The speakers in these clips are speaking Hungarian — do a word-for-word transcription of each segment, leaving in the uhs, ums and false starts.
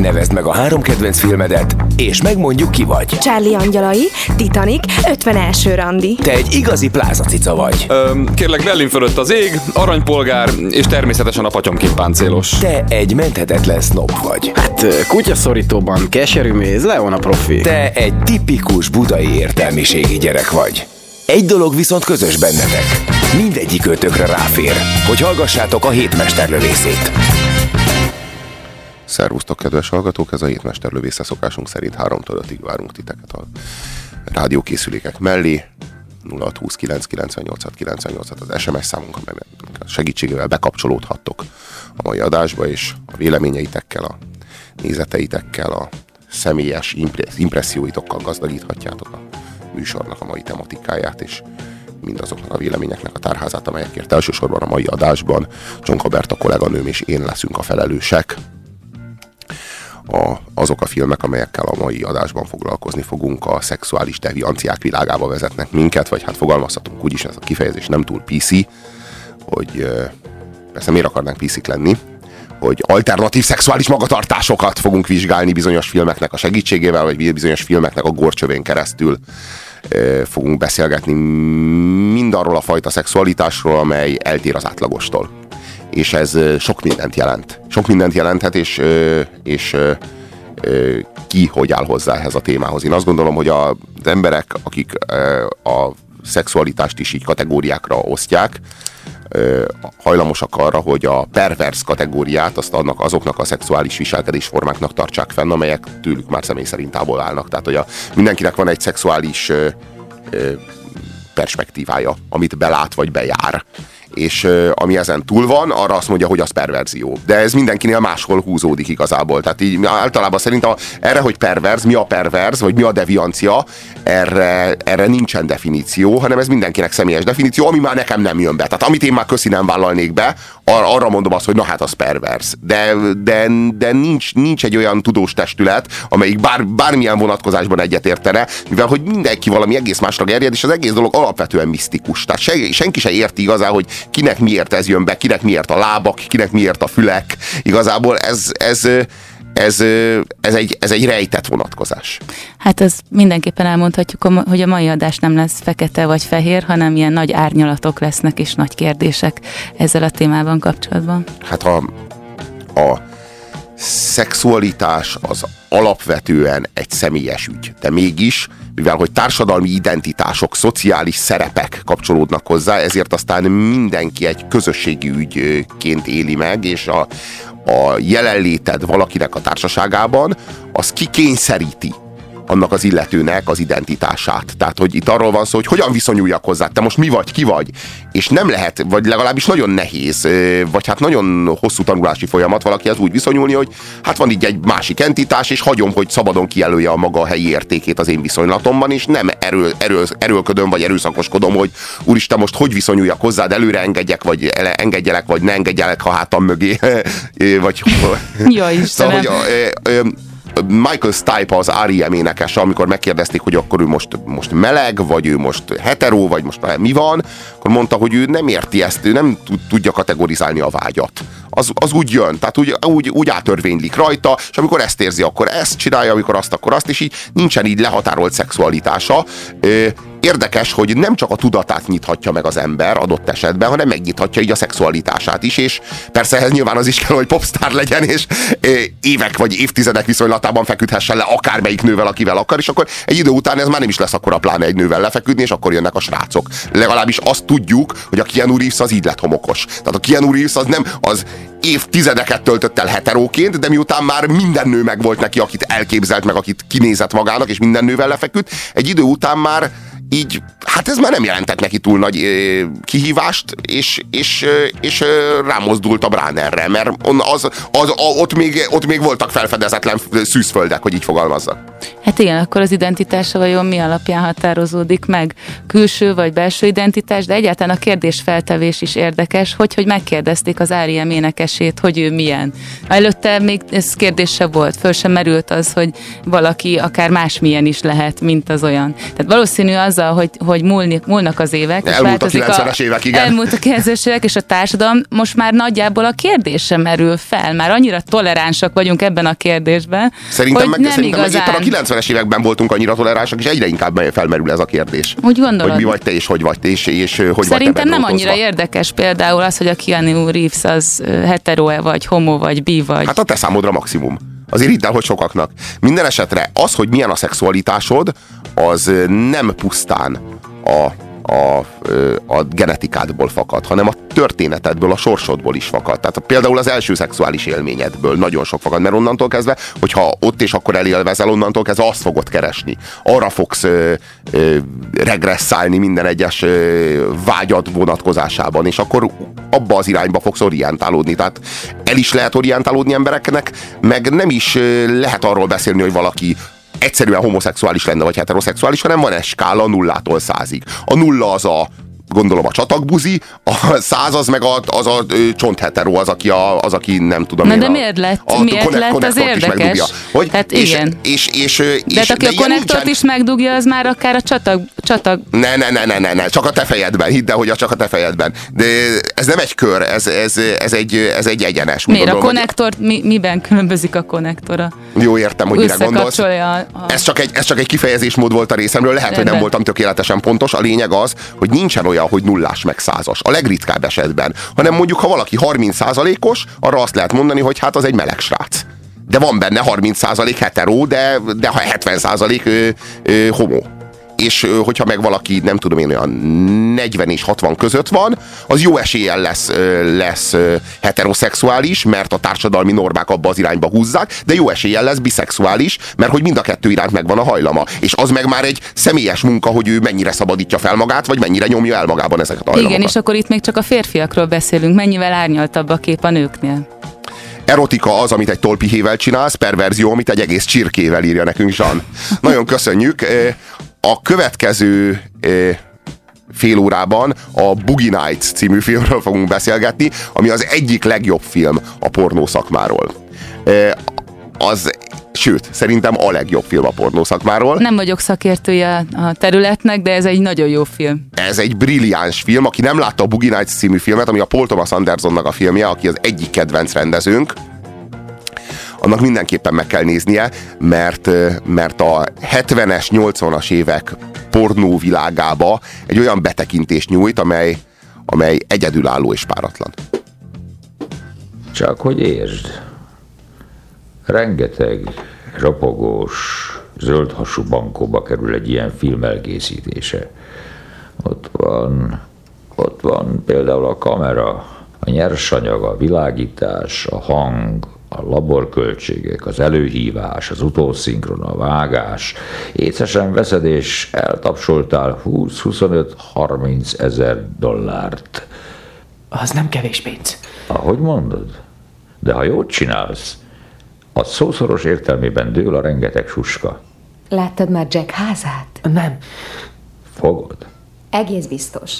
Nevezd meg a három kedvenc filmedet, és megmondjuk, ki vagy. Charlie angyalai, Titanic, ötven első randi. Te egy igazi plázacica vagy. Öm, kérlek, Berlin fölött az ég, aranypolgár, és természetesen a patyomkin páncélos. Te egy menthetetlen sznob vagy. Hát kutyaszorítóban keserű méz, Leon a profi. Te egy tipikus budai értelmiségi gyerek vagy. Egy dolog viszont közös bennetek. Mindegyik ötökre ráfér, hogy hallgassátok a Hétmesterlövészét. Szervusztok, kedves hallgatók! Ez a Hétmesterlövésze, szokásunk szerint háromtól ötig várunk titeket a rádiókészülékek mellé. nulla hat húsz kilenc kilencvennyolc kilencvennyolc az es em es számunk, amelynek segítségével bekapcsolódhattok a mai adásba, és a véleményeitekkel, a nézeteitekkel, a személyes impresszióitokkal gazdagíthatjátok a műsornak a mai tematikáját, és mindazoknak a véleményeknek a tárházát, amelyekért elsősorban a mai adásban Csonka Berta kolléganőm és én leszünk a felelősek. A, azok a filmek, amelyekkel a mai adásban foglalkozni fogunk, a szexuális devianciák világába vezetnek minket, vagy hát fogalmazhatunk úgyis, ez a kifejezés nem túl pé cé, hogy persze miért akarnánk pé cék lenni, hogy alternatív szexuális magatartásokat fogunk vizsgálni bizonyos filmeknek a segítségével, vagy bizonyos filmeknek a górcsövén keresztül fogunk beszélgetni mindarról a fajta szexualitásról, amely eltér az átlagostól. És ez sok mindent jelent. Sok mindent jelenthet, és, és ki hogy áll hozzá ehhez a témához. Én azt gondolom, hogy az emberek, akik a szexualitást is így kategóriákra osztják, hajlamosak arra, hogy a pervers kategóriát azt annak, azoknak a szexuális viselkedésformáknak tartsák fenn, amelyek tőlük már személy szerint távol állnak. Tehát, hogy a, mindenkinek van egy szexuális ö, ö, perspektívája, amit belát vagy bejár. És uh, ami ezen túl van, arra azt mondja, hogy az perverzió. De ez mindenkinél máshol húzódik igazából. Tehát így általában szerint a, erre, hogy perverz, mi a perverz, vagy mi a deviancia, erre, erre nincsen definíció, hanem ez mindenkinek személyes definíció, ami már nekem nem jön be. Tehát amit én már köszi nem vállalnék be, ar- arra mondom azt, hogy na hát az perverz. De, de, de nincs, nincs egy olyan tudós testület, amelyik bár, bármilyen vonatkozásban egyetértene, mivel hogy mindenki valami egész másra gerjed, és az egész dolog alapvetően misztikus. Tehát se, senki se érti igazán, hogy kinek miért ez jön be, kinek miért a lábak, kinek miért a fülek. Igazából ez, ez, ez, ez, egy, ez egy rejtett vonatkozás. Hát ez mindenképpen elmondhatjuk, hogy a mai adás nem lesz fekete vagy fehér, hanem ilyen nagy árnyalatok lesznek és nagy kérdések ezzel a témában kapcsolatban. Hát a, a szexualitás az alapvetően egy személyes ügy, de mégis, mivel hogy társadalmi identitások, szociális szerepek kapcsolódnak hozzá, ezért aztán mindenki egy közösségi ügyként éli meg, és a, a jelenléted valakinek a társaságában, az kikényszeríti annak az illetőnek az identitását. Tehát, hogy itt arról van szó, hogy hogyan viszonyuljak hozzá, te most mi vagy, ki vagy, és nem lehet, vagy legalábbis nagyon nehéz, vagy hát nagyon hosszú tanulási folyamat valakihez úgy viszonyulni, hogy hát van így egy másik entitás, és hagyom, hogy szabadon kijelölje a maga helyi értékét az én viszonylatomban, és nem erő, erő, erőlködöm, vagy erőszakoskodom, hogy úristen, most hogy viszonyuljak hozzád, előre engedjek, vagy engedjelek, vagy ne engedjelek a hátam mögé, vagy... Jó Istenem! Szóval, hogy Michael Stipe, az er i em énekese, amikor megkérdezték, hogy akkor ő most, most meleg, vagy ő most hetero, vagy most mi van, akkor mondta, hogy ő nem érti ezt, ő nem tudja kategorizálni a vágyat. Az, az úgy jön, tehát úgy, úgy, úgy átörvénylik rajta, és amikor ezt érzi, akkor ezt csinálja, amikor azt, akkor azt, és így nincsen így lehatárolt szexualitása. Érdekes, hogy nem csak a tudatát nyithatja meg az ember adott esetben, hanem megnyithatja így a szexualitását is, és persze ehhez nyilván az is kell, hogy popstar legyen, és évek vagy évtizedek viszonylatában feküdhessen le akármelyik nővel, akivel akar, és akkor egy idő után ez már nem is lesz akkora pláne egy nővel lefeküdni, és akkor jönnek a srácok. Legalábbis azt tudjuk, hogy a Keanu Reeves az így lett homokos. Tehát a Keanu Reeves az nem az évtizedeket töltött el heteróként, de miután már minden nő meg volt neki, akit elképzelt, meg akit kinézett magának, és minden nővel lefeküdt, egy idő után már így, hát ez már nem jelentett neki túl nagy ö, kihívást, és, és, ö, és ö, rámozdult a Bránerre, mert on, az, az, a, ott, még, ott még voltak felfedezetlen szűzföldek, hogy így fogalmazzak. Hát igen, akkor az identitása vajon mi alapján határozódik meg? Külső vagy belső identitás, de egyáltalán a kérdésfeltevés is érdekes, hogy, hogy megkérdezték az er i em énekesét, hogy ő milyen. Előtte még ez kérdés se volt, föl sem merült az, hogy valaki akár másmilyen is lehet, mint az olyan. Tehát valószínű az azzal, hogy, hogy múlni, múlnak az évek. Elmúlt a kilencvenes évek, igen. Elmúlt a kilencvenes évek, és a társadalom most már nagyjából a kérdés sem merül fel. Már annyira toleránsak vagyunk ebben a kérdésben, szerintem hogy meg, nem szerintem igazán. meg éppen a kilencvenes években voltunk annyira toleránsak, és egyre inkább felmerül ez a kérdés. Úgy gondolod? Hogy mi vagy te, és hogy vagy te, és, és hogy szerintem vagy te nem annyira érdekes például az, hogy a Keanu Reeves az hetero-e, vagy homo, vagy bi, vagy... Hát a te számodra maximum. Azért hidd el, hogy sokaknak. Minden esetre az, hogy milyen a szexualitásod, az nem pusztán a, a, a genetikádból fakad, hanem a történetedből, a sorsodból is fakad. Tehát például az első szexuális élményedből nagyon sok fakad, mert onnantól kezdve, hogyha ott és akkor elélvezel, onnantól kezdve azt fogod keresni. Arra fogsz ö, ö, regresszálni minden egyes ö, vágyad vonatkozásában, és akkor abba az irányba fogsz orientálódni. Tehát el is lehet orientálódni embereknek, meg nem is ö, lehet arról beszélni, hogy valaki egyszerűen homoszexuális lenne, vagy heteroszexuális, hanem van egy skála nullától százig. A nulla az a, gondolom, a csatakbuzi, a száz az meg a, az a csontheteró, az, aki, a, az, aki nem tudom Na én. de a, miért lett, a miért connect, lett az érdekes? Hogy, Tehát és, igen. És, és, és, de és, hát aki de a konnektort nincsen... is megdugja, az már akár a csatag... csatag... Ne, ne, ne, ne, ne, ne, csak a te fejedben, hidd el, hogy a csak a te fejedben. De ez nem egy kör, ez, ez, ez, egy, ez egy egyenes. Miért? Gondolom, a konnektort mi, miben különbözik a konnektora? Jó, értem, hogy mire gondolsz. A, a... Ez, csak egy, ez csak egy kifejezésmód volt a részemről, lehet, Rendben. hogy nem voltam tökéletesen pontos. A lényeg az, hogy nincsen olyan, hogy nullás meg százas. A legritkább esetben. Hanem mondjuk, ha valaki harminc százalékos, arra azt lehet mondani, hogy hát az egy meleg srác. De van benne harminc százalék hetero, de, de hetven százalék ö, ö, homo. És hogyha meg valaki, nem tudom én, olyan negyven és hatvan között van, az jó eséllyel lesz, lesz heteroszexuális, mert a társadalmi normák abba az irányba húzzák, de jó eséllyel lesz biszexuális, mert hogy mind a kettő iránt megvan a hajlama. És az meg már egy személyes munka, hogy ő mennyire szabadítja fel magát, vagy mennyire nyomja el magában ezeket a hajlamokat. Igen, és akkor itt még csak a férfiakról beszélünk. Mennyivel árnyaltabb a kép a nőknél? Erotika az, amit egy tolpihével csinálsz, perverzió, amit egy egész csirkével, írja nekünk Zsan. Nagyon köszönjük. A következő fél órában a Boogie Nights című filmről fogunk beszélgetni, ami az egyik legjobb film a pornó szakmáról. Az, sőt, szerintem a legjobb film a pornó szakmáról. Nem vagyok szakértője a területnek, de ez egy nagyon jó film. Ez egy brilliáns film. Aki nem látta a Boogie Nights című filmet, ami a Paul Thomas Andersonnak a filmje, aki az egyik kedvenc rendezőnk, annak mindenképpen meg kell néznie, mert, mert a hetvenes, nyolcvanas évek pornó világába egy olyan betekintést nyújt, amely, amely egyedülálló és páratlan. Csak hogy értsd, rengeteg ropogós, zöldhasú bankóba kerül egy ilyen film elkészítése. Ott van, ott van például a kamera, a nyersanyag, a világítás, a hang, a laborköltségek, az előhívás, az utószinkron, a vágás. Észesen veszed és eltapsoltál húsz, huszonöt, harminc ezer dollárt. Az nem kevés pénz. Ahogy mondod? De ha jót csinálsz, a szószoros értelmében dől a rengeteg suska. Láttad már Jack házát? Nem. Fogod? Egész biztos.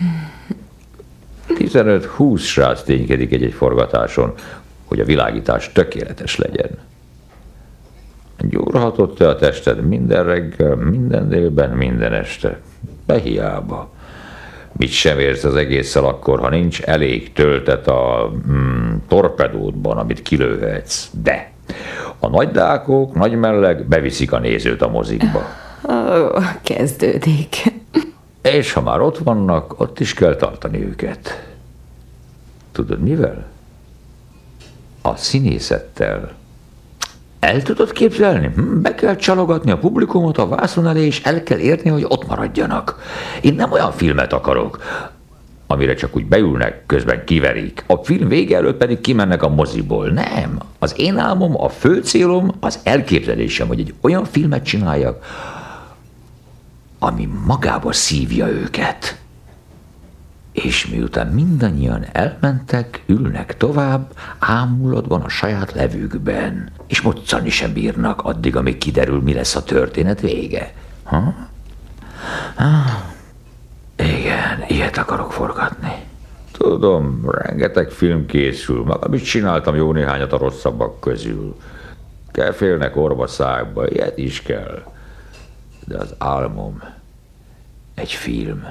tizenöt-húsz srác ténykedik egy-egy forgatáson, hogy a világítás tökéletes legyen. Gyúrhatott te a tested minden reggel, minden délben, minden este. Behiába. Mit sem érsz az egésszel akkor, ha nincs elég töltet a mm, torpedódban, amit kilőhetsz. De a nagy dákok, nagy melleg beviszik a nézőt a mozikba. Ó, kezdődik. És ha már ott vannak, ott is kell tartani őket. Tudod mivel? A színészettel. El tudod képzelni? Be kell csalogatni a publikumot a vászon elé, és el kell érni, hogy ott maradjanak. Én nem olyan filmet akarok, amire csak úgy beülnek, közben kiverik. A film vége előtt pedig kimennek a moziból. Nem. Az én álmom, a fő célom, az elképzelésem, hogy egy olyan filmet csináljak, ami magába szívja őket. És miután mindannyian elmentek, ülnek tovább, ámulatban a saját levükben. És moccani sem bírnak addig, amíg kiderül, mi lesz a történet vége. Ha? Ah, igen, ilyet akarok forgatni. Tudom, rengeteg film készül, magam is csináltam jó néhányat a rosszabbak közül. Kell félnek orva szákba, ilyet is kell. De az álmom egy film,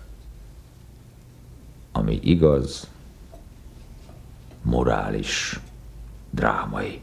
ami igaz, morális, drámai.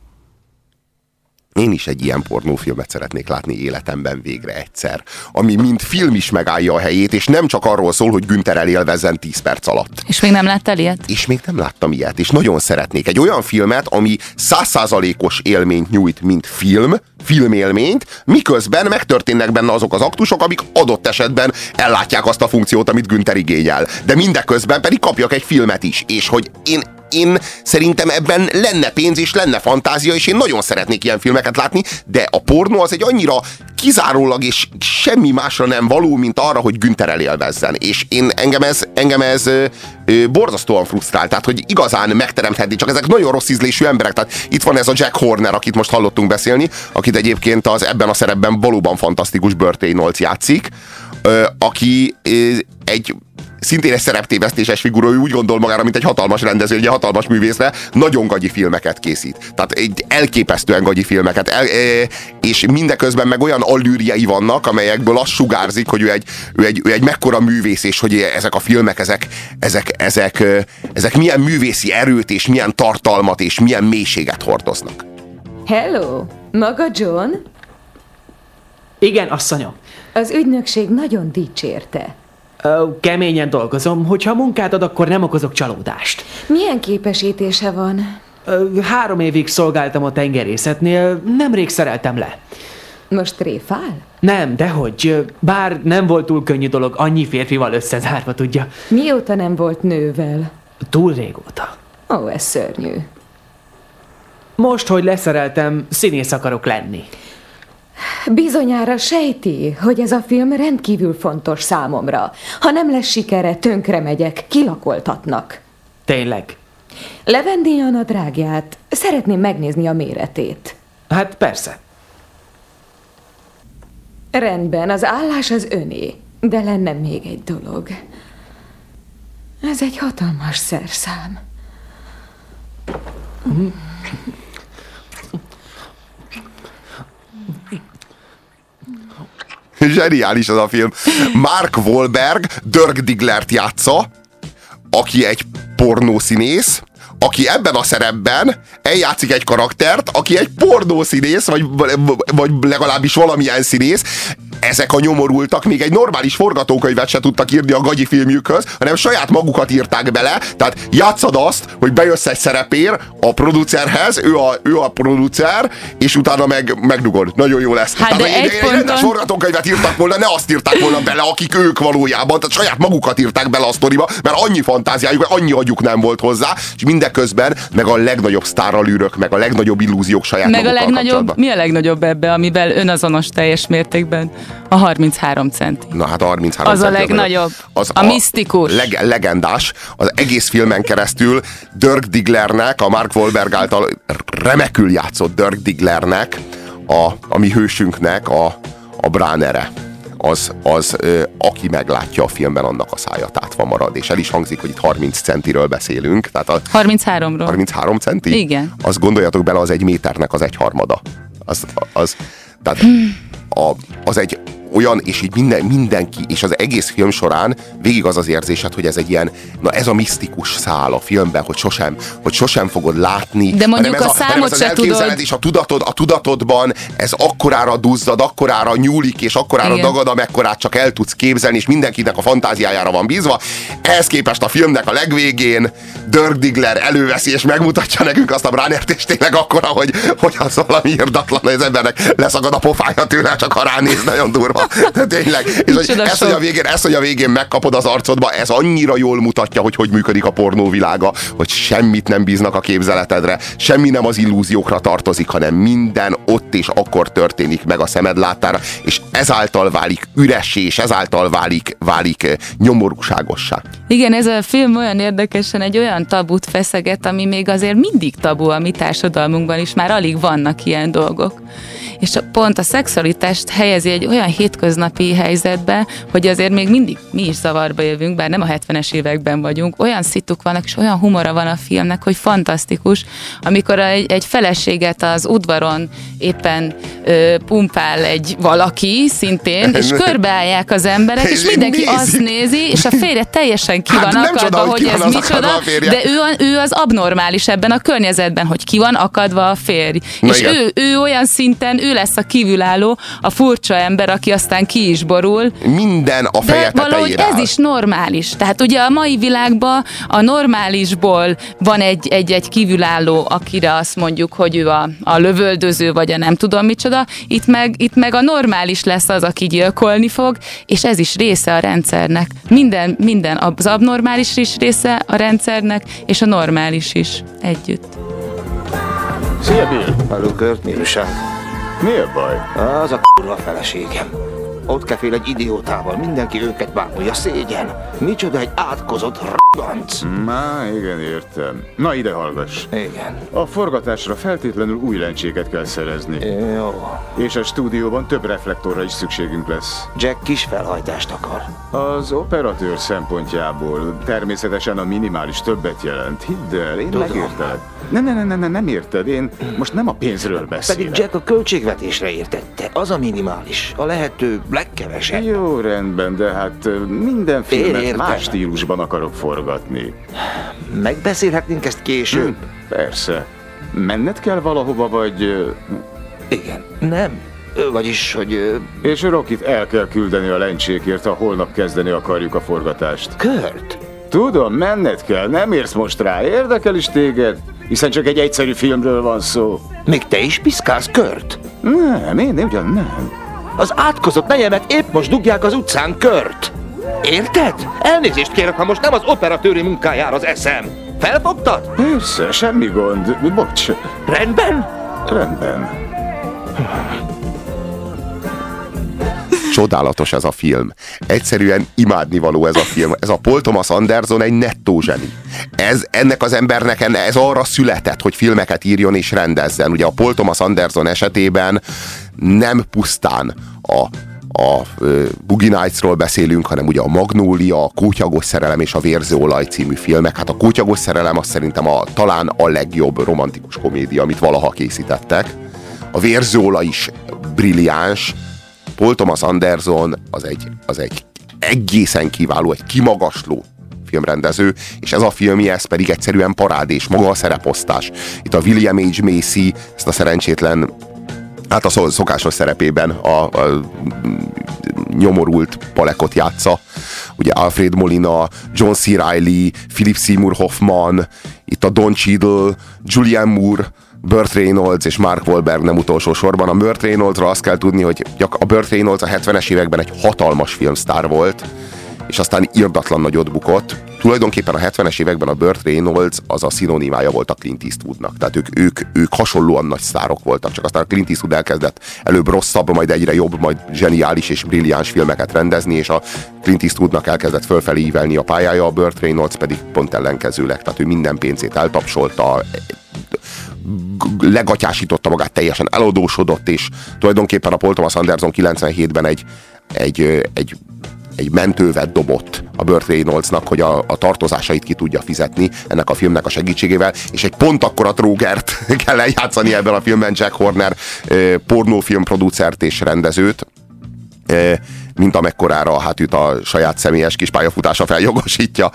Én is egy ilyen pornófilmet szeretnék látni életemben végre egyszer, ami mint film is megállja a helyét, és nem csak arról szól, hogy Günther élvezzen tíz perc alatt. És még nem láttál ilyet? És még nem láttam ilyet, és nagyon szeretnék egy olyan filmet, ami száz százalékos élményt nyújt, mint film, filmélményt, miközben megtörténnek benne azok az aktusok, amik adott esetben ellátják azt a funkciót, amit Günther igényel. De mindeközben pedig kapjak egy filmet is, és hogy én Én szerintem ebben lenne pénz és lenne fantázia, és én nagyon szeretnék ilyen filmeket látni, de a pornó az egy annyira kizárólag és semmi másra nem való, mint arra, hogy Günther élvezzen. És én, engem ez, engem ez ö, ö, borzasztóan frusztrál, tehát hogy igazán megteremthetni, csak ezek nagyon rossz ízlésű emberek. Tehát itt van ez a Jack Horner, akit most hallottunk beszélni, akit egyébként az ebben a szerepben valóban fantasztikus Burt Reynolds játszik, ö, aki ö, egy szintén egy szereptévesztéses figura, ő úgy gondol magára, mint egy hatalmas rendező, egy hatalmas művészre, nagyon gagyi filmeket készít. Tehát egy elképesztően gagyi filmeket. El, és mindeközben meg olyan allűrjei vannak, amelyekből azt sugárzik, hogy ő egy, ő egy, ő egy mekkora művész, és hogy ezek a filmek, ezek, ezek, ezek, ezek milyen művészi erőt, és milyen tartalmat, és milyen mélységet hordoznak. Hello! Maga John? Igen, asszonyom. Az ügynökség nagyon dicsérte. Ö, keményen dolgozom, hogyha munkát ad, akkor nem okozok csalódást. Milyen képesítése van? Ö, három évig szolgáltam a tengerészetnél, nemrég szereltem le. Most tréfál? Nem, dehogy. Bár nem volt túl könnyű dolog annyi férfival összezárva, tudja. Mióta nem volt nővel? Túl régóta. Ó, ez szörnyű. Most, hogy leszereltem, színész akarok lenni. Bizonyára sejti, hogy ez a film rendkívül fontos számomra. Ha nem lesz sikere, tönkre megyek, kilakoltatnak. Tényleg? Levenni a nadrágját. Szeretném megnézni a méretét. Hát persze. Rendben, az állás az öné. De lenne még egy dolog. Ez egy hatalmas szerszám. Mm. Zseniális az a film. Mark Wahlberg Dirk Digglert játsza, aki egy pornószínész, aki ebben a szerepben eljátszik egy karaktert, aki egy pornószínész, vagy, vagy legalábbis valamilyen színész. Ezek a nyomorultak még egy normális forgatókönyvet se tudtak írni a gagyi filmjükhöz, hanem saját magukat írták bele, tehát játszad azt, hogy bejössz egy szerepér a producerhez, ő a, ő a producer, és utána meg, megdugod. Nagyon jó lesz. Hát tehát egy, egy, egy rendes forgatókönyvet írtak volna, ne azt írták volna bele, akik ők valójában, tehát saját magukat írták bele a sztoriba, mert annyi fantáziájuk, annyi agyuk nem volt hozzá, és mindeközben meg a legnagyobb sztáralűrök, meg a legnagyobb illúziók saját meg magukkal a legnagyobb, kapcsolatban. mi a legnagyobb ebbe, amivel önazonos teljes mértékben? A harminchárom centi. Na hát a harminchárom az centi a legnagyobb, az a, a misztikus. Leg, legendás. Az egész filmen keresztül Dirk Digglernek, a Mark Wahlberg által remekül játszott Dirk Digglernek, a, a mi hősünknek a, a Bránere. Az, az ö, aki meglátja a filmben, annak a szája tátva marad. És el is hangzik, hogy itt harminc centiről beszélünk. Tehát a harmincháromról. harminchárom centi? Igen. Azt gondoljatok bele, az egy méternek az egyharmada. Az, az, tehát a, az egy olyan, és így minden, mindenki, és az egész film során végig az az érzésed, hogy ez egy ilyen, na ez a misztikus szál a filmben, hogy sosem, hogy sosem fogod látni. De mondjuk ez a, a számot ez se tudod. És a tudatod, a tudatodban ez akkorára duzzad, akkorára nyúlik, és akkorára igen. dagad, amekkorát csak el tudsz képzelni, és mindenkinek a fantáziájára van bízva. Ehhez képest a filmnek a legvégén Dirk Diggler előveszi, és megmutatja nekünk azt a Bránert, és tényleg akkora, hogy, hogy az valami irdatlan, hogy az embernek leszakad a pofája tőle, csak ha ránéz, nagyon durva. De tényleg. És hogy ezt, hogy a végén, ezt, hogy a végén megkapod az arcodba, ez annyira jól mutatja, hogy hogy működik a pornóvilága, hogy semmit nem bíznak a képzeletedre, semmi nem az illúziókra tartozik, hanem minden ott és akkor történik meg a szemed láttára, és ezáltal válik üressé, és ezáltal válik, válik nyomorúságossá. Igen, ez a film olyan érdekesen egy olyan tabut feszeget, ami még azért mindig tabu a mi társadalmunkban is, már alig vannak ilyen dolgok. És pont a szexualitást helyezi egy olyan hétköznapi helyzetbe, hogy azért még mindig mi is zavarba jövünk, bár nem a hetvenes években vagyunk. Olyan szituk vannak, és olyan humora van a filmnek, hogy fantasztikus, amikor egy, egy feleséget az udvaron éppen ö, pumpál egy valaki szintén, és körbeállják az emberek, és mindenki nézik. Azt nézi, és a férje teljesen ki van hát akadva, hogy ez micsoda, de ő, ő az abnormális ebben a környezetben, hogy ki van akadva a férj. Na és ő, ő olyan szinten, ő lesz a kívülálló, a furcsa ember, aki aztán ki is borul. Minden a feje de valahogy ez áll. Is normális. Tehát ugye a mai világban a normálisból van egy, egy, egy kívülálló, akire azt mondjuk, hogy ő a, a lövöldöző, vagy a nem tudom micsoda. Itt meg, itt meg a normális lesz az, aki gyilkolni fog, és ez is része a rendszernek. Minden, minden az abnormális is része a rendszernek, és a normális is együtt. Szia, Bill! Halló, Kurt, mi újság? Mi a baj? Az a kurva feleségem. Ott kefél egy idiótával, mindenki őket bámulja, szégyen. Micsoda egy átkozott r***anc. Má, igen, értem. Na, ide hallgass. Igen. A forgatásra feltétlenül új lencséket kell szerezni. Jó. És a stúdióban több reflektorra is szükségünk lesz. Jack kis felhajtást akar. Az operatőr szempontjából természetesen a minimális többet jelent. Hidd el, én Tudom. megértelek. Nem, nem, nem, nem, nem érted. Én most nem a pénzről beszélek. Pedig Jack a költségvetésre értette. Az a minimális. A lehető legkevesebb. Jó, rendben, de hát minden filmet Értem. más stílusban akarok forgatni. Megbeszélhetnénk ezt később? Hm, persze. Menned kell valahova, vagy... Igen. Nem. Vagyis, hogy... És Rockit el kell küldeni a lencsékért, ha holnap kezdeni akarjuk a forgatást. Kurt? Tudom, menned kell, nem érsz most rá. Érdekel is téged? Hiszen csak egy egyszerű filmről van szó. Még te is piszkálsz, Kurt? Nem, én ugyan nem. Az átkozott nejemet épp most dugják az utcán, Kurt. Érted? Elnézést kérek, ha most nem az operatőri munkájára az eszem. Felfogtad? Persze, semmi gond. Bocs. Rendben? Rendben. Csodálatos ez a film. Egyszerűen imádnivaló ez a film. Ez a Paul Thomas Anderson egy nettó zseni. Ez, ennek az embernek ez arra született, hogy filmeket írjon és rendezzen. Ugye a Paul Thomas Anderson esetében nem pusztán a a uh, Boogie Nights-ról beszélünk, hanem ugye a Magnólia, a Kótyagos szerelem és a Vérzőolaj című filmek. Hát a Kótyagos szerelem az szerintem a, talán a legjobb romantikus komédia, amit valaha készítettek. A Vérzőolaj is brilliáns. Paul Thomas Anderson az egy, az egy egészen kiváló, egy kimagasló filmrendező, és ez a filmje, ez pedig egyszerűen parádés, maga a szereposztás. Itt a William H. Macy ezt a szerencsétlen, hát a szokásos szerepében a, a nyomorult palekot játsza. Ugye Alfred Molina, John C. Reilly, Philip Seymour Hoffman, itt a Don Cheadle, Julianne Moore, Burt Reynolds és Mark Wahlberg nem utolsó sorban. A Burt Reynoldsra azt kell tudni, hogy a Burt Reynolds a hetvenes években egy hatalmas filmsztár volt, és aztán irdatlan nagyot bukott. Tulajdonképpen a hetvenes években a Burt Reynolds az a szinonimája volt a Clint Eastwoodnak. Tehát ők, ők, ők hasonlóan nagy sztárok voltak, csak aztán a Clint Eastwood elkezdett előbb rosszabb, majd egyre jobb, majd zseniális és brilliáns filmeket rendezni, és a Clint Eastwoodnak elkezdett fölfelé ívelni a pályája, a Burt Reynolds pedig pont ellenkezőleg. Tehát ő minden pénzét eltapsolta, legatyásította magát, teljesen eladósodott, és tulajdonképpen a Paul Thomas Anderson kilencvenhétben egy, egy, egy, egy mentővet dobott a Burt Reynoldsnak, hogy a, a tartozásait ki tudja fizetni ennek a filmnek a segítségével, és egy pont akkora trógert kell eljátszani ebben a filmben Jack Horner pornófilmproducert és rendezőt, mint amekkorára hát őt a saját személyes kis pályafutása feljogosítja.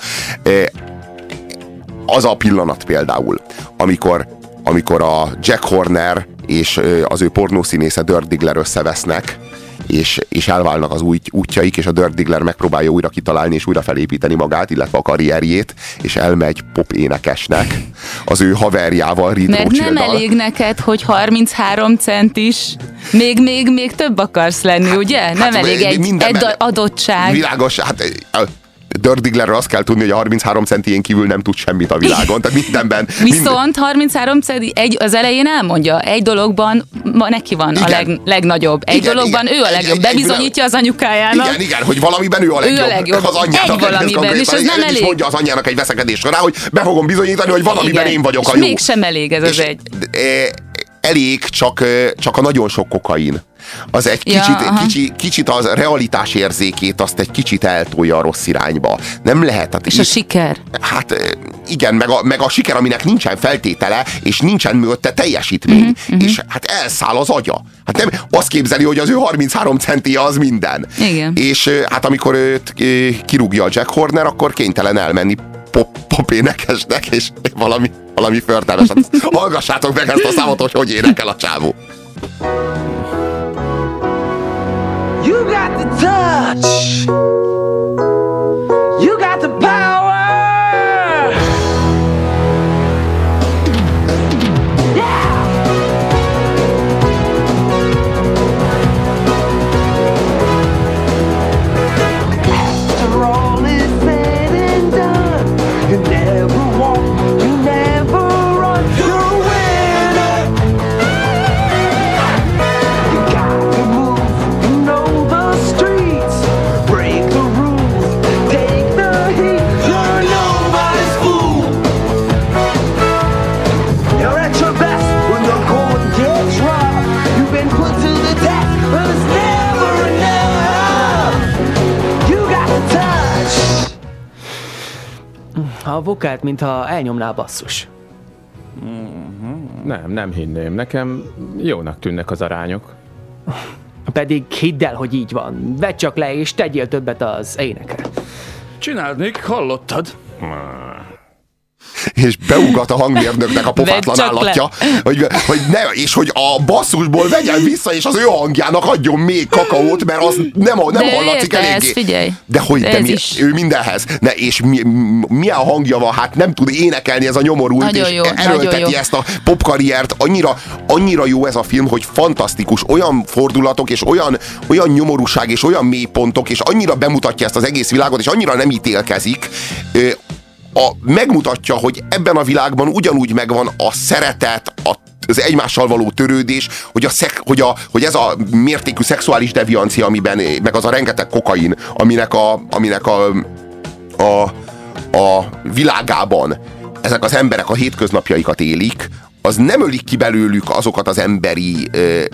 Az a pillanat például, amikor amikor a Jack Horner és az ő pornószínésze Dirk Diggler összevesznek, és, és elválnak az út, útjaik, és a Dirk Diggler megpróbálja újra kitalálni és újra felépíteni magát, illetve a karrierjét, és elmegy pop énekesnek az ő haverjával, Reed Mert Rothschild-dal. nem elég neked, hogy harminchárom centis, még, még, még több akarsz lenni, hát, ugye? Nem hát, elég egy, egy adottság. Világos, hát Dirk Digglerről azt kell tudni, hogy a harminchárom centijén kívül nem tud semmit a világon, tehát mindenben. Viszont minden... harminchárom centi egy, az elején elmondja, egy dologban ma neki van igen. a leg, legnagyobb. Egy igen, dologban igen. ő a legjobb. Bebizonyítja az anyukájának. Igen, igen, hogy valamiben ő a legjobb. Ő a legjobb. Az anyjának egy valamiben, és ez nem elég. És mondja az anyjának egy veszekedés során, hogy be fogom bizonyítani, hogy valamiben igen. én vagyok és a jó. mégsem elég ez az és, egy. E, elég csak, csak a nagyon sok kokain. Az egy Ja, kicsit, aha. kicsi, kicsit az realitás érzékét azt egy kicsit eltolja a rossz irányba. Nem lehet. Hát És a siker? Hát igen, meg a, meg a siker, aminek nincsen feltétele, és nincsen mögötte teljesítmény. Uh-huh, uh-huh. És hát elszáll az agya. Hát nem azt képzeli, hogy az ő harminchárom centie az minden. Igen. És hát amikor őt kirúgja a Jack Horner, akkor kénytelen elmenni pop, pop énekesnek, és valami, valami förtelmes. Hát hallgassátok meg ezt a számot, hogy hogy énekel a csávó. You got the touch. You got the power. Yeah. After all is said and done, you never walk, you never run, you're a winner. You got to move. Know the streets, break the rules, take the heat. You're nobody's fool. You're at your best when the going gets rough. You've been put to the test, but it's never enough. You got the touch. A vokált, mintha elnyomná a basszus. Nem, nem hinném. Nekem jónak tűnnek az arányok. Pedig hidd el, hogy így van. Vedd csak le, és tegyél többet az énekre. Csináld, Nick, hallottad? És beugat a hangmérnöknek a pofátlan állatja, hogy, hogy ne, és hogy a basszusból vegyen vissza, és az ő hangjának adjon még kakaót, mert az nem, nem hallatszik eléggé. Ez, figyelj. De hogy, de mi, ő mindenhez. Ne, és mi, milyen hangja van, hát nem tud énekelni ez a nyomorult, nagyon és jó, erőlteti ezt a popkarriert. Annyira, annyira jó ez a film, hogy fantasztikus, olyan fordulatok, és olyan, olyan nyomorúság, és olyan mélypontok, és annyira bemutatja ezt az egész világot, és annyira nem ítélkezik, A, megmutatja, hogy ebben a világban ugyanúgy megvan a szeretet, a, az egymással való törődés, hogy, a szek, hogy, a, hogy ez a mértékű szexuális deviancia, amiben, meg az a rengeteg kokain, aminek a, aminek a, a, a világában ezek az emberek a hétköznapjaikat élik, az nem ölik ki belőlük azokat az emberi ö,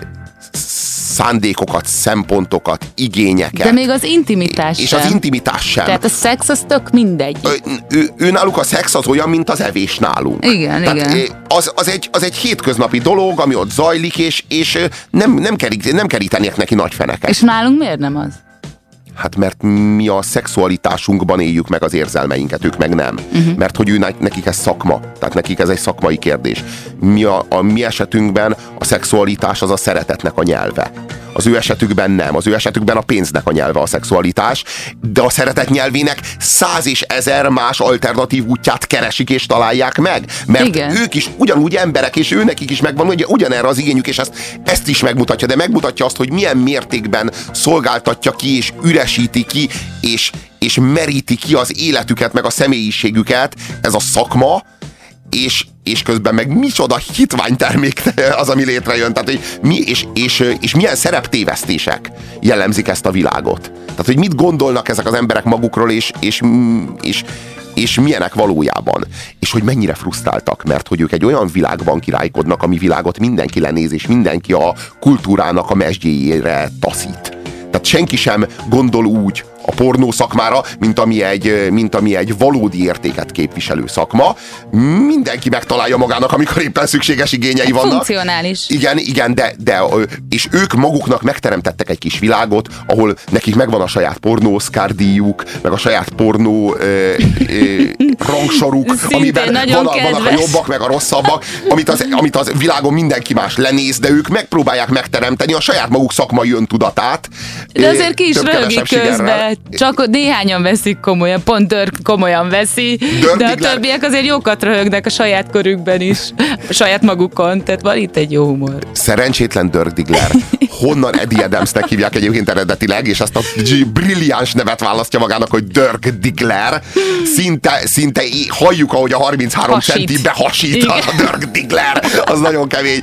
szándékokat, szempontokat, igényeket. De még az intimitás és sem. az intimitás sem. Tehát a szex az tök mindegy. Ő, ő, ő náluk a szex az olyan, mint az evés nálunk. Igen, Tehát igen. Az, az, egy, az egy hétköznapi dolog, ami ott zajlik, és, és nem, nem, kerít, nem kerítenék neki nagy feneket. És nálunk miért nem az? Hát mert mi a szexualitásunkban éljük meg az érzelmeinket, ők meg nem. Uh-huh. Mert hogy ő, nekik ez szakma. Tehát nekik ez egy szakmai kérdés. Mi a, a mi esetünkben a szexualitás az a szeretetnek a nyelve. Az ő esetükben nem. Az ő esetükben a pénznek a nyelve a szexualitás, de a szeretet nyelvének száz és ezer más alternatív útját keresik és találják meg. Mert igen, ők is ugyanúgy emberek, és őnekik is megvan ugye, ugyanerre az igényük, és ezt, ezt is megmutatja, de megmutatja azt, hogy milyen mértékben szolgáltatja ki, és üresíti ki, és, és meríti ki az életüket, meg a személyiségüket ez a szakma, és, és közben meg micsoda hitványtermék az, ami létrejön. Tehát, hogy mi, és, és, és milyen szereptévesztések jellemzik ezt a világot. Tehát, hogy mit gondolnak ezek az emberek magukról, és, és, és, és milyenek valójában. És hogy mennyire frusztráltak, mert hogy ők egy olyan világban királykodnak, ami világot mindenki lenéz, és mindenki a kultúrának a mesdjéjére taszít. Tehát senki sem gondol úgy a pornó szakmára, mint ami, egy, mint ami egy valódi értéket képviselő szakma. Mindenki megtalálja magának, amikor éppen szükséges igényei vannak. Funkcionális. Igen, igen, de, de és ők maguknak megteremtettek egy kis világot, ahol nekik megvan a saját pornó Oscar díjuk, meg a saját pornó ö, ö, rangsoruk, amiben van a, vannak a jobbak, meg a rosszabbak, amit az, amit az világon mindenki más lenéz, de ők megpróbálják megteremteni a saját maguk szakmai öntudatát. De azért ki is rögik közben. Csak néhányan veszik komolyan, pont Dirk komolyan veszi, Dirk de a Diggler... többiek azért jókat röhögnek a saját körükben is, a saját magukon, tehát van itt egy jó humor. Szerencsétlen Dirk Diggler. Honnan Eddie Adamsnek hívják egyébként eredetileg, és ezt a brilliáns nevet választja magának, hogy Dirk Diggler. Szinte, szinte halljuk, ahogy a harminchárom centi behasít a Dirk Diggler. Az nagyon kemény.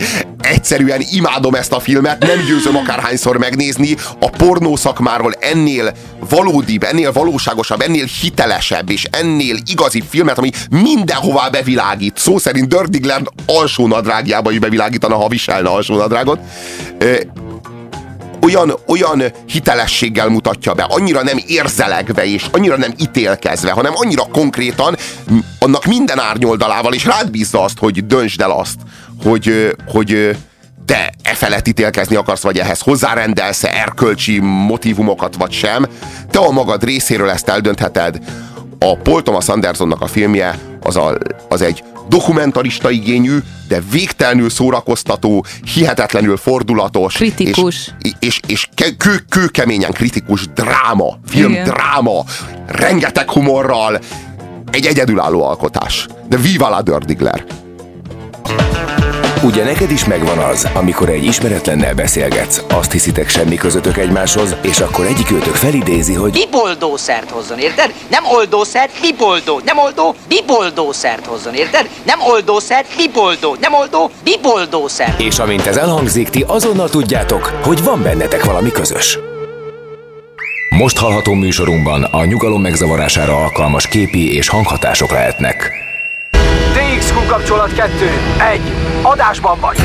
Egyszerűen imádom ezt a filmet, nem győzöm akárhányszor megnézni. A pornószakmáról ennél valódibb, ennél valóságosabb, ennél hitelesebb és ennél igazibb filmet, ami mindenhová bevilágít. Szó szerint Dirk Diggler alsó nadrágjába is bevilágítana, ha viselne alsó nadrágot. Olyan, olyan hitelességgel mutatja be, annyira nem érzelegve és annyira nem ítélkezve, hanem annyira konkrétan, annak minden árnyoldalával, és rád bízza azt, hogy döntsd el azt, hogy, hogy te e felett ítélkezni akarsz, vagy ehhez hozzárendelsz-e erkölcsi motivumokat, vagy sem. Te a magad részéről ezt eldöntheted. A Paul Thomas Andersonnak a filmje az, a, az egy dokumentarista igényű, de végtelenül szórakoztató, hihetetlenül fordulatos, kritikus, és, és, és kő, kőkeményen kritikus dráma, filmdráma, rengeteg humorral, egy egyedülálló alkotás. De viva la Dirk Diggler! Ugye neked is megvan az, amikor egy ismeretlennel beszélgetsz, azt hiszitek semmi közöttök egymáshoz, és akkor egyikőtök felidézi, hogy biboldószert hozzon, érted? Nem oldószert, biboldó, nem oldó, biboldószert hozzon, érted? Nem oldószert, biboldó, nem oldó, biboldószert. És amint ez elhangzik, ti azonnal tudjátok, hogy van bennetek valami közös. Most hallható műsorunkban a nyugalom megzavarására alkalmas képi és hanghatások lehetnek. té iksz kú kapcsolat kettő, egy, adásban vagy!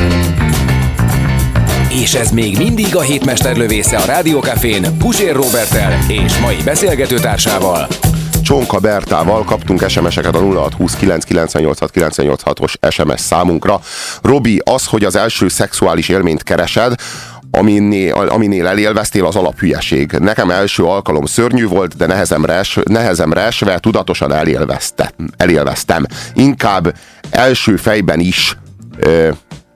És ez még mindig a hétmesterlövésze a Rádiókafén Puzsér Róberttel és mai beszélgetőtársával, Csonka Bertával. Kaptunk es em es-eket a nulla hat húsz kilenc kilencnyolc hat kilencnyolc hatos es em es számunkra. Robi, az, hogy az első szexuális élményt keresed, Aminél, aminél elélveztél, az alaphülyeség. Nekem első alkalom szörnyű volt, de nehezemre, es, nehezemre esve tudatosan elélveztem. elélveztem. Inkább első fejben is ö,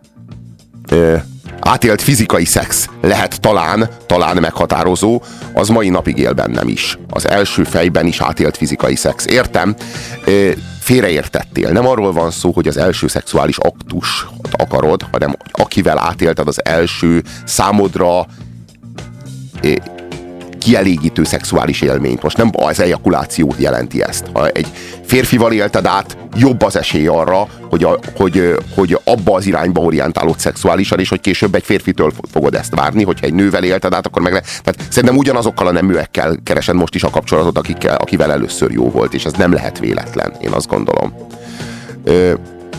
ö, átélt fizikai szex lehet talán, talán meghatározó, az mai napig él bennem is. Az első fejben is átélt fizikai szex. Értem, ö, félreértettél. Nem arról van szó, hogy az első szexuális aktust akarod, hanem akivel átélted az első számodra eh, kielégítő szexuális élményt. Most nem az ejakulációt jelenti ezt. Ha egy férfival élted át, jobb az esély arra, hogy, a, hogy, hogy abba az irányba orientálod szexuálisan, és hogy később egy férfitől fogod ezt várni, hogyha egy nővel élted át, akkor meg le... Tehát szerintem ugyanazokkal a neműekkel keresed most is a kapcsolatot, akikkel, akivel először jó volt, és ez nem lehet véletlen, én azt gondolom. Ö,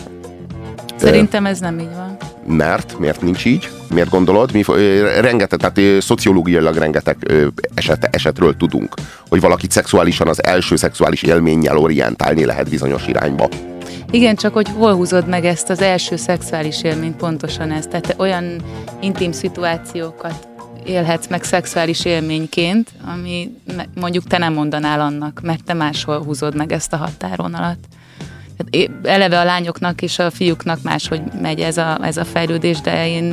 Szerintem ez nem így van. Mert? Miért nincs így? Miért gondolod? Mi, rengeteg, tehát szociológiailag rengeteg eset, esetről tudunk, hogy valakit szexuálisan az első szexuális élménnyel orientálni lehet bizonyos irányba. Igen, csak hogy hol húzod meg ezt az első szexuális élményt, pontosan ez. Tehát olyan intim szituációkat élhetsz meg szexuális élményként, ami mondjuk te nem mondanál annak, mert te máshol húzod meg ezt a határvonalat. Eleve a lányoknak és a fiúknak máshogy megy ez a, ez a fejlődés, de én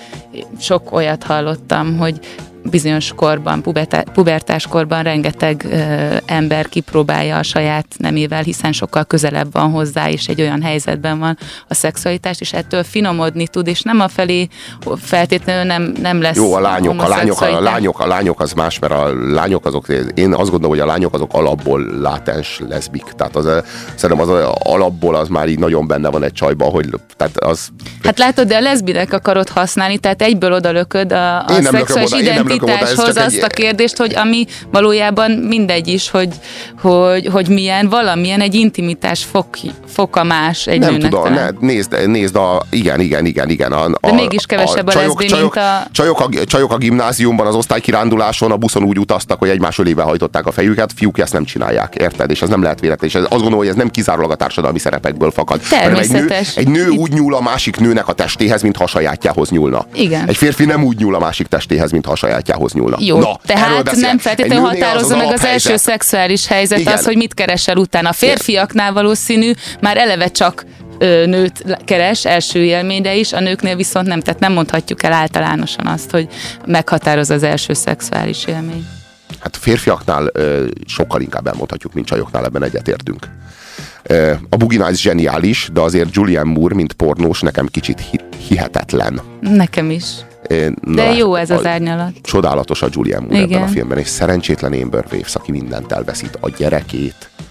sok olyat hallottam, hogy bizonyos korban, pubertá, pubertás korban rengeteg ö, ember kipróbálja a saját nemével, hiszen sokkal közelebb van hozzá, és egy olyan helyzetben van a szexualitás, és ettől finomodni tud, és nem afelé feltétlenül nem, nem lesz. Jó, a lányok, a lányok, a lányok, a lányok az más, mert a lányok azok, én azt gondolom, hogy a lányok azok alapból látens leszbik, tehát az, szerintem az alapból az már így nagyon benne van egy csajban, hogy tehát az... Hát látod, de a leszbinek akarod használni, tehát egyből odalököd a, a szexuális identitáshoz azt a kérdést, hogy ami valójában mindegy is, hogy, hogy, hogy milyen, valamilyen egy intimitás fok, foka más egy nem nőnek. Nem tudom, ne, nézd, nézd a, igen, igen, igen, igen. A, de a, mégis kevesebb a, a csajok, leszbi, csajok, mint a... Csajok a, csajok a gimnáziumban, az osztálykiránduláson, a buszon úgy utaztak, hogy egymás ölébe hajtották a fejüket, fiúk ezt nem csinálják, érted? És ez nem lehet véletlen. És ez, azt gondolom, hogy ez nem kizárólag a társadalmi szerepekből fakad. Természetes. Egy nő, egy nő úgy nyúl a másik nőnek a testéhez, mintha a sajátjához nyúlna. Igen. Egy férfi nem úgy nyúl a másik testéhez, mintha a sajátjához nyúlna. Jó, Na, tehát nem feltétlenül határozza meg az, az első szexuális helyzet. Igen. Az, hogy mit keresel utána. A férfiaknál valószínű már eleve csak ö, nőt keres első élményre is, a nőknél viszont nem, tehát nem mondhatjuk el általánosan azt, hogy meghatároz az első szexuális élmény. Hát férfiaknál ö, sokkal inkább elmondhatjuk, mint csajoknál, ebben egyetértünk. Ö, a Boogie Nights zseniális, de azért Julianne Moore, mint pornós, nekem kicsit hi- hihetetlen. Nekem is. Na, de jó ez az árnyalat. Csodálatos a Julianne Moore ebben a filmben, és szerencsétlen Amber Waves, aki mindent elveszít, a gyerekét,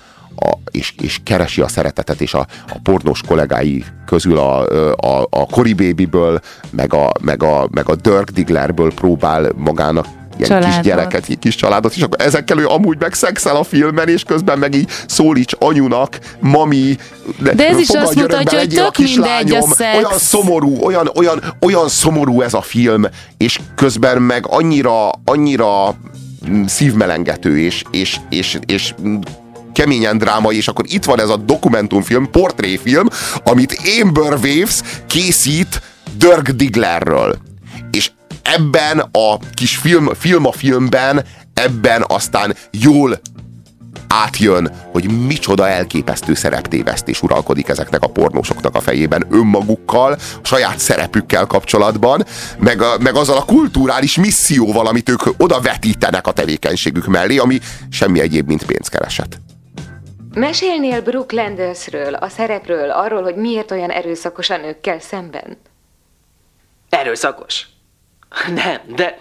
a, és, és keresi a szeretetet, és a, a pornós kollégái közül a, a, a Cory Babyből, meg a, meg, a, meg a Dirk Digglerből próbál magának ilyen családot. Kis gyereket, kis családot, és akkor ezekkel ő amúgy meg szexel a filmben, és közben meg így szólíts anyunak, mami, de ez is azt mutatja, hogy tök mindegy a szex. Olyan szomorú, olyan, olyan, olyan szomorú ez a film, és közben meg annyira, annyira szívmelengető, és, és, és, és keményen drámai, és akkor itt van ez a dokumentumfilm, portréfilm, amit Amber Waves készít Dirk Digglerről. És ebben a kis film, film a filmben, ebben aztán jól átjön, hogy micsoda elképesztő szereptévesztés uralkodik ezeknek a pornósoknak a fejében önmagukkal, a saját szerepükkel kapcsolatban, meg, a, meg azzal a kulturális misszióval, amit ők oda vetítenek a tevékenységük mellé, ami semmi egyéb, mint pénzkereset. Mesélnél Brooke Landersről, a szerepről, arról, hogy miért olyan erőszakos a nőkkel szemben? Erőszakos? Nem, de...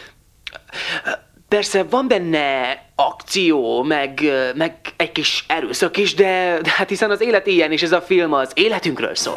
Persze van benne akció, meg, meg egy kis erőszak is, de, de hát hiszen az élet ilyen, és ez a film az életünkről szól.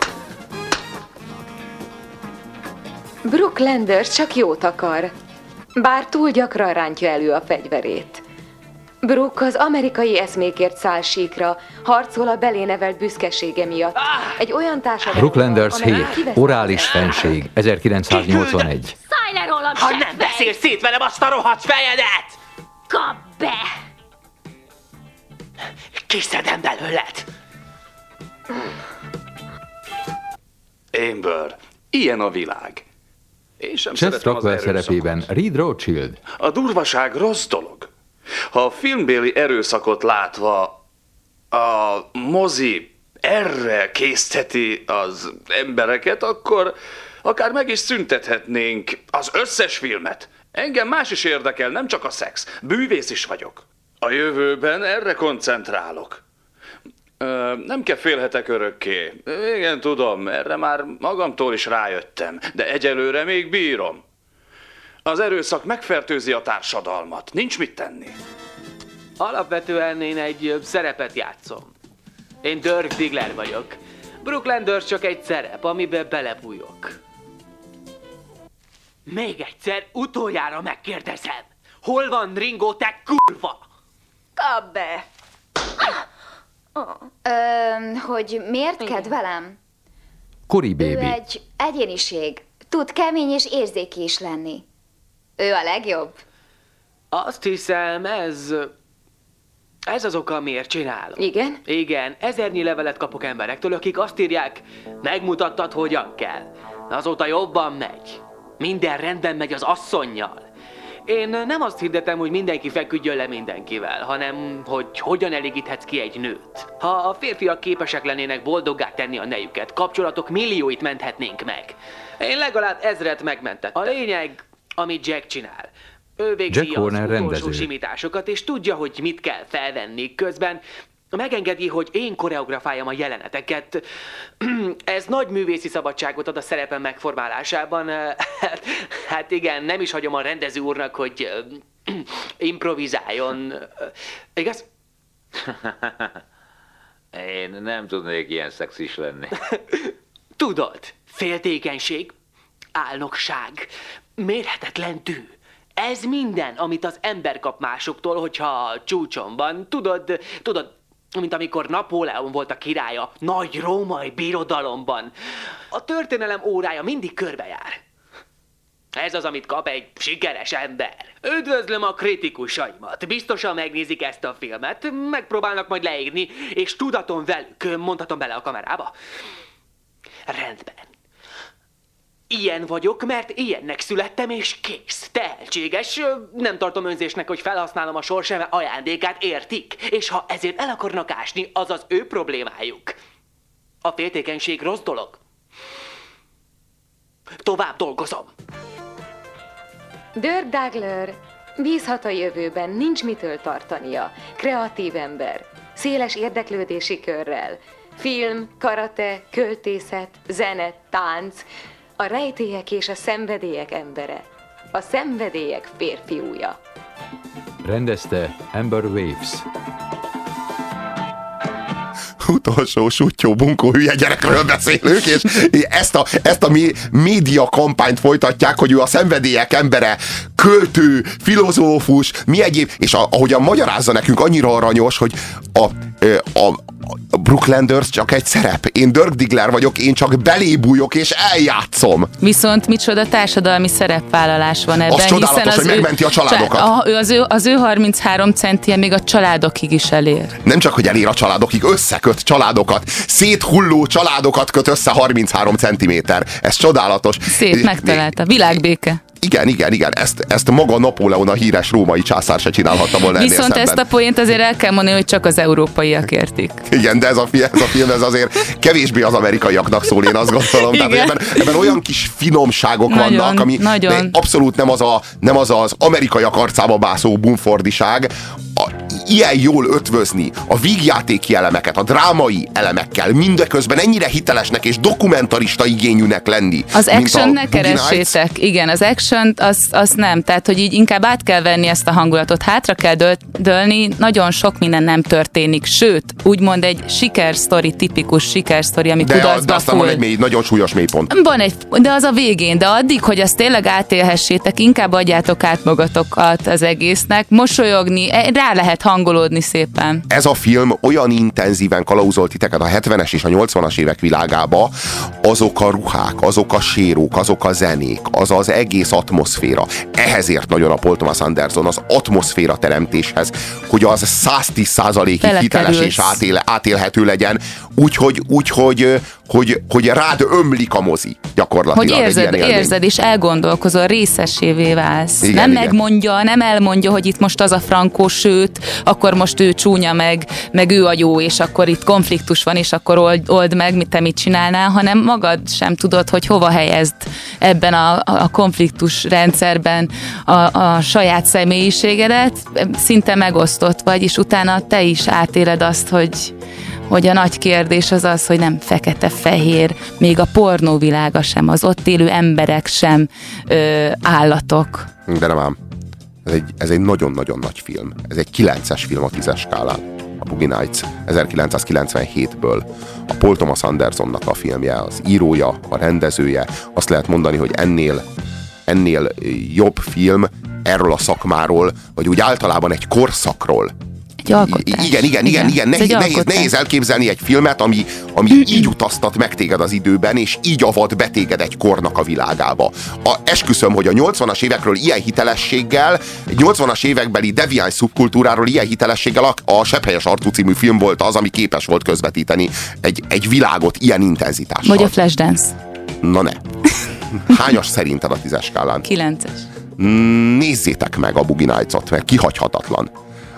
Brooke Landers csak jót akar, bár túl gyakran rántja elő a fegyverét. Brooke az amerikai eszmékért száll síkra, harcol a belénevelt büszkesége miatt. Egy olyan társadalom... Brooke Landers hét. Orális fenség. ezerkilencszáznyolcvanegy. Szállj le rólam, ha nem beszélsz szét velem azt a rohadt fejedet! Kap be! Kiszedem belőled! Amber, ilyen a világ. Én sem Chess szeretem az Rockwell erőszakot. szerepében Reed Rothschild. A durvaság rossz dolog. Ha a filmbéli erőszakot látva a mozi erre készteti az embereket, akkor akár meg is szüntethetnénk az összes filmet. Engem más is érdekel, nem csak a szex. Bűvész is vagyok. A jövőben erre koncentrálok. Ö, nem kell félhetek örökké. Igen, tudom, erre már magamtól is rájöttem, de egyelőre még bírom. Az erőszak megfertőzi a társadalmat. Nincs mit tenni. Alapvetően én egy szerepet játszom. Én Dirk Diggler vagyok. Brooke Landers csak egy szerep, amiben belebújok. Még egyszer, utoljára megkérdezem. Hol van Ringo, te kurva? Kap be! Oh. Ö, hogy miért ked velem? Cory Baby. Ő egy egyéniség. Tud kemény és érzéki is lenni. Ő a legjobb. Azt hiszem, ez... Ez az oka, miért csinálom. Igen? Igen, ezernyi levelet kapok emberektől, akik azt írják, megmutattad, hogyan kell. Azóta jobban megy. Minden rendben megy az asszonnyal. Én nem azt hirdetem, hogy mindenki feküdjön le mindenkivel, hanem hogy hogyan elégíthetsz ki egy nőt. Ha a férfiak képesek lennének boldoggá tenni a nejüket, kapcsolatok millióit menthetnénk meg. Én legalább ezret megmentettem. A lényeg, amit Jack csinál. Ő végzi Jack az Warner utolsó rendező. simításokat, és tudja, hogy mit kell felvenni. Közben megengedi, hogy én koreografáljam a jeleneteket. Ez nagy művészi szabadságot ad a szerepem megformálásában. Hát igen, nem is hagyom a rendező úrnak, hogy improvizáljon. Igaz? Én nem tudnék ilyen szexis lenni. Tudod, féltékenység, álnokság, mérhetetlen tű. Ez minden, amit az ember kap másoktól, hogyha a csúcson van. Tudod, tudod, mint amikor Napóleon volt a királya nagy római birodalomban. A történelem órája mindig körbejár. Ez az, amit kap egy sikeres ember. Üdvözlöm a kritikusaimat. Biztosan megnézik ezt a filmet, megpróbálnak majd leírni, és tudaton velük, mondhatom bele a kamerába. Rendben. Ilyen vagyok, mert ilyennek születtem, és kész. Tehetséges. Nem tartom önzésnek, hogy felhasználom a sorseme ajándékát, értik? És ha ezért el akarnak ásni, az az ő problémájuk. A féltékenység rossz dolog. Tovább dolgozom. Dirk Diggler bízhat a jövőben, nincs mitől tartania. Kreatív ember, széles érdeklődési körrel. Film, karate, költészet, zene, tánc. A rejtélyek és a szenvedélyek embere. A szenvedélyek férfiúja. Rendezte Amber Waves. utolsó sutyó, bunkó hülye gyerekről beszélünk, és ezt a, ezt a média kampányt folytatják, hogy ő a szenvedélyek embere, költő, filozófus, mi egyéb, és a, ahogyan magyarázza nekünk, annyira aranyos, hogy a, a, a Brooklanders csak egy szerep. Én Dirk Diggler vagyok, én csak belébújok és eljátszom. Viszont micsoda társadalmi szerepvállalás van ebben. Az csodálatos, hiszen az hogy ő, megmenti a családokat. A, az, ő, az ő harminchárom centie még a családokig is elér. Nem csak, hogy elér a családokig, összeköt családokat. Széthulló családokat köt össze harminchárom centiméter. Ez csodálatos. Szép, megtalálta. Világbéke. Igen, igen, igen. Ezt, ezt maga Napóleon, a híres római császár se csinálhatta volna ennél Viszont szemben. ezt a poént azért el kell mondani, hogy csak az európaiak értik. Igen, de ez a, ez a film ez azért kevésbé az amerikaiaknak szól, én azt gondolom. Tehát, ebben, ebben olyan kis finomságok nagyon, vannak, ami nagyon. abszolút nem az, a, nem az az amerikaiak arcába bászó bumfordiság. A, ilyen jól ötvözni a vígjátéki elemeket, a drámai elemekkel, mindeközben ennyire hitelesnek és dokumentarista igényűnek lenni. Az action ne keressétek. Igen, az action az, az nem. Tehát, hogy így inkább át kell venni ezt a hangulatot, hátra kell döl, dölni, nagyon sok minden nem történik. Sőt, úgymond egy sikersztori, tipikus sikersztori, ami de kudarcba de aztán full. van egy mély, nagyon súlyos mélypont. Van egy, de az a végén, de addig, hogy azt tényleg átélhessétek, inkább adjátok át magatokat az egésznek, mosolyogni, rá lehet hangolódni szépen. Ez a film olyan intenzíven kalauzolt titeket a hetvenes és a nyolcvanas évek világába, azok a ruhák, azok a sérók, azok a zenék, az az egész atmoszféra. Ehhez ért nagyon a Paul Thomas Anderson, az atmoszféra teremtéshez, hogy az száztíz százalékig hiteles és átél, átélhető legyen, úgyhogy úgy, hogy, hogy, hogy rád ömlik a mozi gyakorlatilag. Hogy érzed, érzed és elgondolkozol, részesévé válsz. Igen, nem igen. megmondja, nem elmondja, hogy itt most az a frankó, sőt, akkor most ő csúnya meg, meg ő a jó, és akkor itt konfliktus van, és akkor old, old meg, mit te mit csinálnál, hanem magad sem tudod, hogy hova helyezd ebben a, a konfliktus rendszerben a, a saját személyiségedet, szinte megosztott vagy, és utána te is átéled azt, hogy hogy a nagy kérdés az az, hogy nem fekete-fehér, még a pornóvilága sem, az ott élő emberek sem ö, állatok. De nem ám. Ez egy, ez egy nagyon-nagyon nagy film. Ez egy kilences film a tízes skálán. A Boogie Nights ezerkilencszázkilencvenhétből. A Paul Thomas Andersonnak a filmje, az írója, a rendezője. Azt lehet mondani, hogy ennél, ennél jobb film erről a szakmáról, vagy úgy általában egy korszakról. Egy alkotás. Igen, igen, igen, igen. Nehéz, nehéz, nehéz elképzelni egy filmet, ami, ami így utaztat meg téged az időben, és így avat be téged egy kornak a világába. A, esküszöm, hogy a nyolcvanas évekről ilyen hitelességgel, egy nyolcvanas évekbeli deviáns szubkultúráról ilyen hitelességgel a, a Sepphelyes Artú című film volt az, ami képes volt közvetíteni egy, egy világot ilyen intenzitással. Vagy a Flashdance. Na ne. Hányas szerinted a tízes skálán? Kilences. Nézzétek meg a Boogie Nights-ot, mert kihagyhatatlan.